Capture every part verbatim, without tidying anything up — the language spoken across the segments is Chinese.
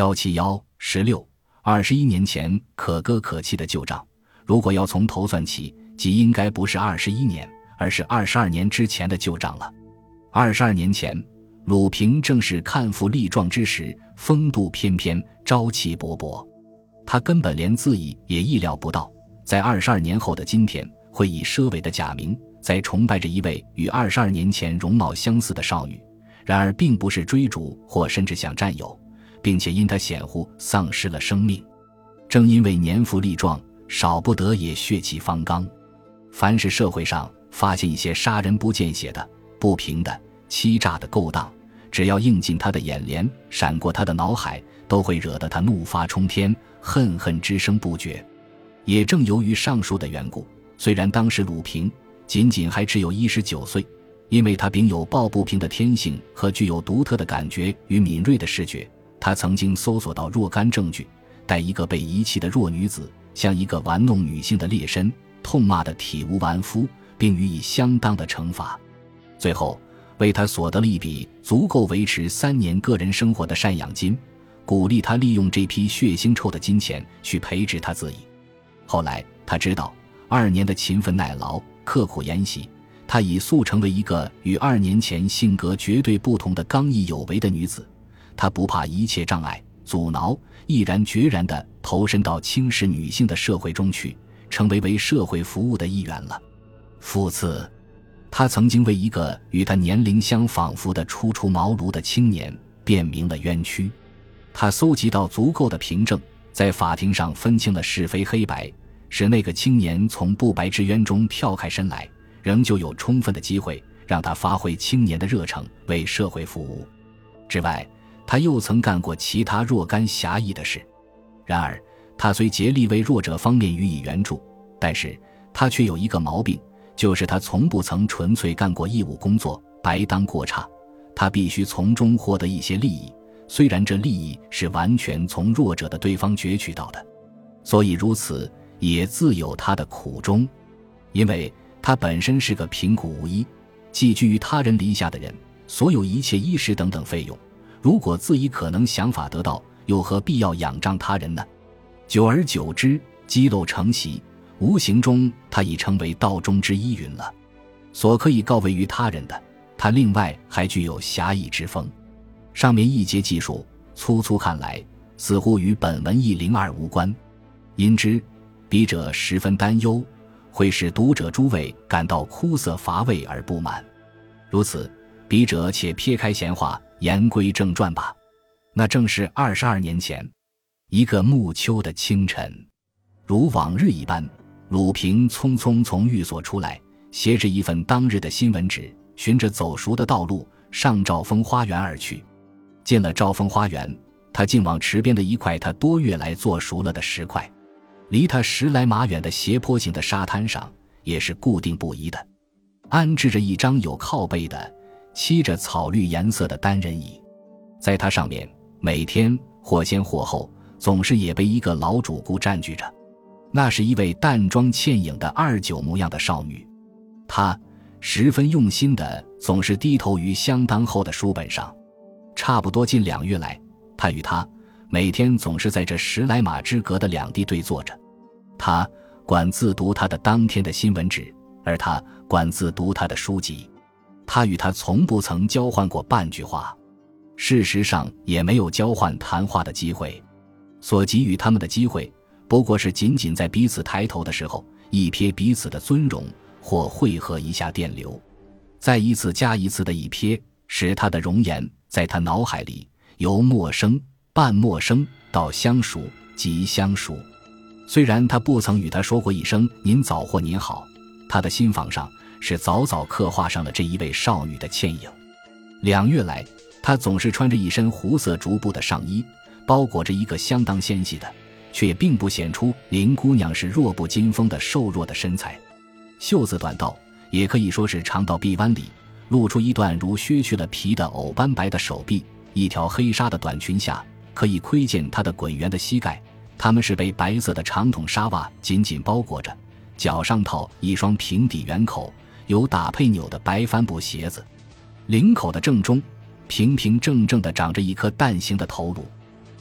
幺七幺十六二十一年前可歌可泣的旧账，如果要从头算起，即应该不是二十一年，而是二十二年之前的旧账了。二十二年前，鲁平正是看富力壮之时，风度翩翩，朝气勃勃。他根本连自己也意料不到，在二十二年后的今天，会以奢靡的假名，在崇拜着一位与二十二年前容貌相似的少女，然而并不是追逐或甚至想占有，并且因她显忽丧失了生命。正因为年富力壮，少不得也血气方刚。凡是社会上发现一些杀人不见血的、不平的、欺诈的勾当，只要映进他的眼帘，闪过他的脑海，都会惹得他怒发冲天，恨恨之声不绝。也正由于上述的缘故，虽然当时鲁平仅仅还只有一十九岁，因为他秉有抱不平的天性和具有独特的感觉与敏锐的视觉，他曾经搜索到若干证据，带一个被遗弃的弱女子像一个玩弄女性的劣绅，痛骂得体无完肤，并予以相当的惩罚。最后为他所得了一笔足够维持三年个人生活的赡养金，鼓励他利用这批血腥臭的金钱去培植他自己。后来他知道，二年的勤奋耐劳、刻苦研习，他已速成为一个与二年前性格绝对不同的刚毅有为的女子。她不怕一切障碍、阻挠，毅然决然地投身到轻视女性的社会中去，成为为社会服务的一员了。复次，他曾经为一个与他年龄相仿佛的初出茅庐的青年辩明了冤屈。他搜集到足够的凭证，在法庭上分清了是非黑白，使那个青年从不白之冤中跳开身来，仍旧有充分的机会让他发挥青年的热诚，为社会服务。之外，他又曾干过其他若干侠义的事。然而他虽竭力为弱者方面予以援助，但是他却有一个毛病，就是他从不曾纯粹干过义务工作，白当过差。他必须从中获得一些利益，虽然这利益是完全从弱者的对方攫取到的，所以如此也自有他的苦衷。因为他本身是个贫苦无依、寄居于他人篱下的人，所有一切衣食等等费用，如果自己可能想法得到，又何必要仰仗他人呢？久而久之，积漏成习，无形中他已成为道中之依云了。所可以告慰于他人的，他另外还具有侠义之风。上面一节记述，粗粗看来似乎与本文一零二无关，因之笔者十分担忧，会使读者诸位感到枯涩乏味而不满。如此，笔者且撇开闲话，言归正传吧。那正是二十二年前，一个暮秋的清晨，如往日一般，鲁平匆匆从寓所出来，携着一份当日的新闻纸，循着走熟的道路上兆丰花园而去。进了兆丰花园，他竟往池边的一块他多月来做熟了的石块，离他十来码远的斜坡形的沙滩上，也是固定不移的，安置着一张有靠背的、漆着草绿颜色的单人椅。在它上面，每天或先或后，总是也被一个老主顾占据着。那是一位淡妆倩影的二九模样的少女，她十分用心的总是低头于相当厚的书本上。差不多近两月来，她与他每天总是在这十来码之隔的两地对坐着。他管自读他的当天的新闻纸，而他管自读他的书籍。他与他从不曾交换过半句话，事实上也没有交换谈话的机会。所给予他们的机会，不过是仅仅在彼此抬头的时候，一瞥彼此的尊容，或汇合一下电流，再一次加一次的一瞥，使他的容颜在他脑海里由陌生、半陌生到相熟即相熟。虽然他不曾与他说过一声您早或您好，他的心房上是早早刻画上了这一位少女的倩影。两月来，他总是穿着一身湖色竹布的上衣，包裹着一个相当纤细的，却并不显出林姑娘是弱不禁风的瘦弱的身材。袖子短到，也可以说是长到臂弯里，露出一段如削去了皮的藕斑白的手臂。一条黑纱的短裙下，可以窥见她的滚圆的膝盖，它们是被白色的长筒纱袜紧紧包裹着，脚上套一双平底圆口有打配钮的白帆布鞋子。领口的正中平平正正地长着一颗蛋形的头颅，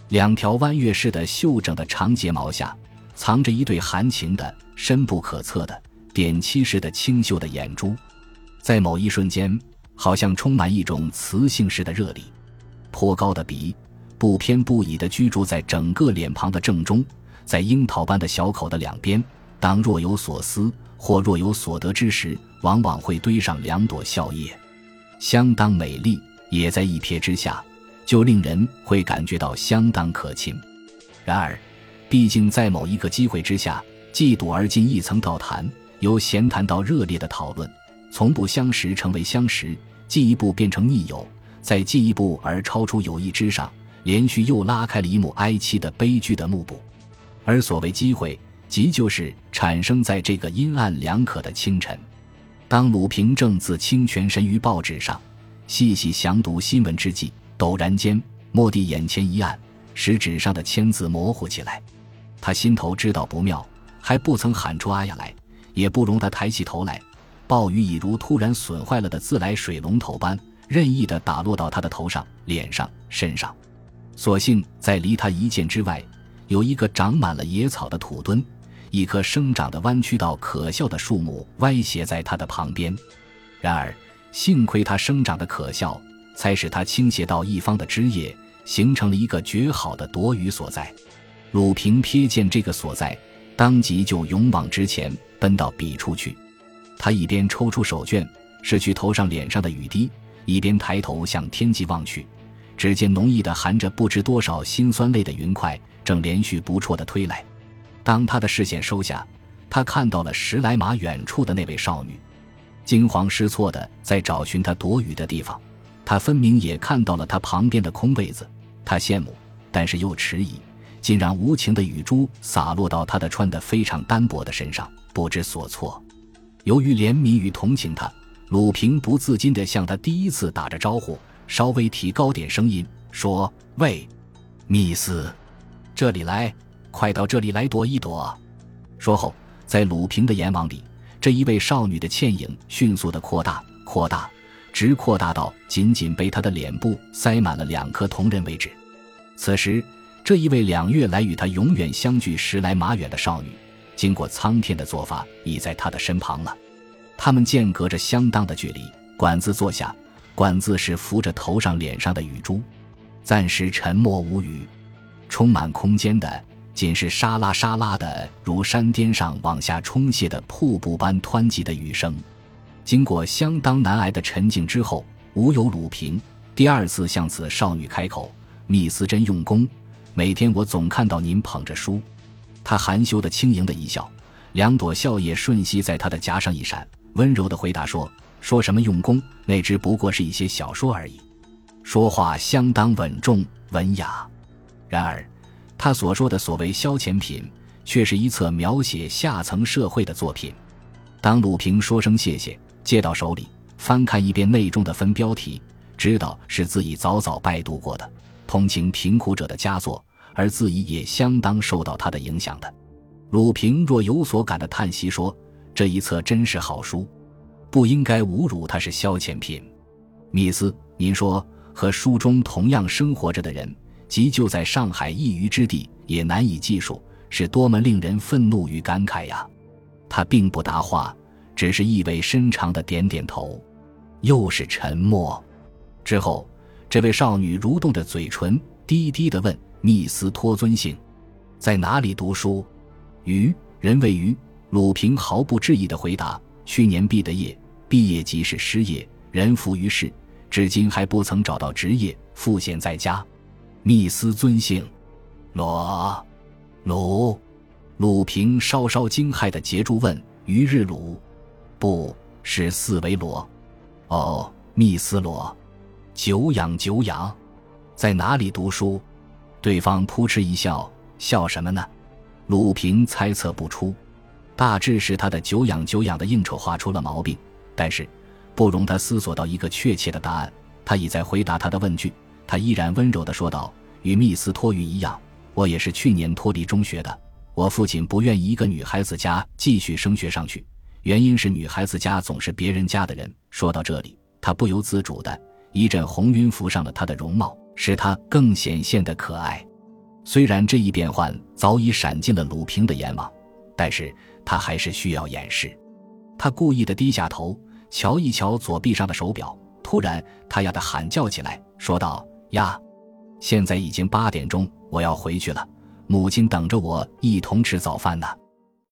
两条弯月式的袖整的长睫毛下，藏着一对含情的、深不可测的、点漆似的清秀的眼珠，在某一瞬间，好像充满一种雌性式的热力。颇高的鼻，不偏不倚地居住在整个脸庞的正中，在樱桃般的小口的两边，当若有所思或若有所得之时，往往会堆上两朵笑靥，相当美丽，也在一瞥之下就令人会感觉到相当可亲。然而毕竟在某一个机会之下，既笃而进一层道谈，由闲谈到热烈的讨论，从不相识成为相识，进一步变成密友，再进一步而超出友谊之上，连续又拉开了一幕哀凄的悲剧的幕布。而所谓机会，即就是产生在这个阴暗两可的清晨。当鲁平正自倾全神于报纸上，细细详读新闻之际，陡然间蓦地眼前一暗，使纸上的签字模糊起来。他心头知道不妙，还不曾喊出啊呀来，也不容他抬起头来，暴雨已如突然损坏了的自来水龙头般任意地打落到他的头上、脸上、身上。所幸在离他一箭之外，有一个长满了野草的土墩，一棵生长的弯曲到可笑的树木歪斜在他的旁边。然而幸亏它生长的可笑，才使它倾斜到一方的枝叶形成了一个绝好的躲雨所在。鲁平瞥见这个所在，当即就勇往直前，奔到彼处去。他一边抽出手绢拭去头上脸上的雨滴，一边抬头向天际望去，只见浓郁的含着不知多少辛酸泪的云块正连续不辍地推来。当他的视线收下，他看到了十来码远处的那位少女，惊慌失措地在找寻他躲雨的地方。他分明也看到了他旁边的空位子，他羡慕，但是又迟疑，竟让无情的雨珠洒落到他的穿得非常单薄的身上，不知所措。由于怜悯与同情他，鲁平不自禁地向他第一次打着招呼，稍微提高点声音说：喂，密斯，这里来，快到这里来躲一躲。说后，在鲁平的眼网里，这一位少女的倩影迅速地扩大扩大直扩大到仅仅被他的脸部塞满了两颗瞳仁为止。此时这一位两月来与他永远相距十来码远的少女，经过苍天的做法，已在他的身旁了。他们间隔着相当的距离，管子坐下，管子是扶着头上脸上的雨珠，暂时沉默无语。充满空间的仅是沙拉沙拉的如山巅上往下冲泻的瀑布般湍急的雨声。经过相当难挨的沉静之后，无有鲁平第二次向此少女开口：密斯真用功，每天我总看到您捧着书。他含羞的轻盈的一笑，两朵笑靥瞬息在他的颊上一闪，温柔地回答说：说什么用功，那只不过是一些小说而已。说话相当稳重文雅。然而他所说的所谓消遣品，却是一册描写下层社会的作品。当鲁平说声谢谢，接到手里翻看一遍内中的分标题，知道是自己早早拜读过的同情贫苦者的佳作，而自己也相当受到他的影响的。鲁平若有所感地叹息说：这一册真是好书，不应该侮辱它是消遣品。密斯，您说和书中同样生活着的人，即就在上海一隅之地，也难以计数，是多么令人愤怒与感慨呀！他并不答话，只是意味深长地点点头，又是沉默。之后这位少女蠕动着嘴唇，低低地问：密斯托尊姓，在哪里读书？鱼，人谓鱼。鲁平毫不质疑地回答：去年毕的业，毕业即是失业，人浮于事，至今还不曾找到职业，赋闲在家。密斯尊姓？罗鲁。鲁平稍稍惊骇地截住问：于日鲁？不是四维罗。哦，密斯罗。久仰久仰。在哪里读书？对方扑哧一笑，笑什么呢？鲁平猜测不出，大致是他的久仰久仰的应酬画出了毛病，但是不容他思索到一个确切的答案，他已在回答他的问句。他依然温柔地说道：与密斯托于一样，我也是去年脱离中学的。我父亲不愿意一个女孩子家继续升学上去，原因是女孩子家总是别人家的人。说到这里，他不由自主的一阵红晕浮上了他的容貌，使他更显现的可爱。 虽然这一变换早已闪进了鲁平的眼网，但是他还是需要掩饰。他故意地低下头，瞧一瞧左臂上的手表，突然他呀地喊叫起来，说道：呀，现在已经八点钟，我要回去了，母亲等着我一同吃早饭呢。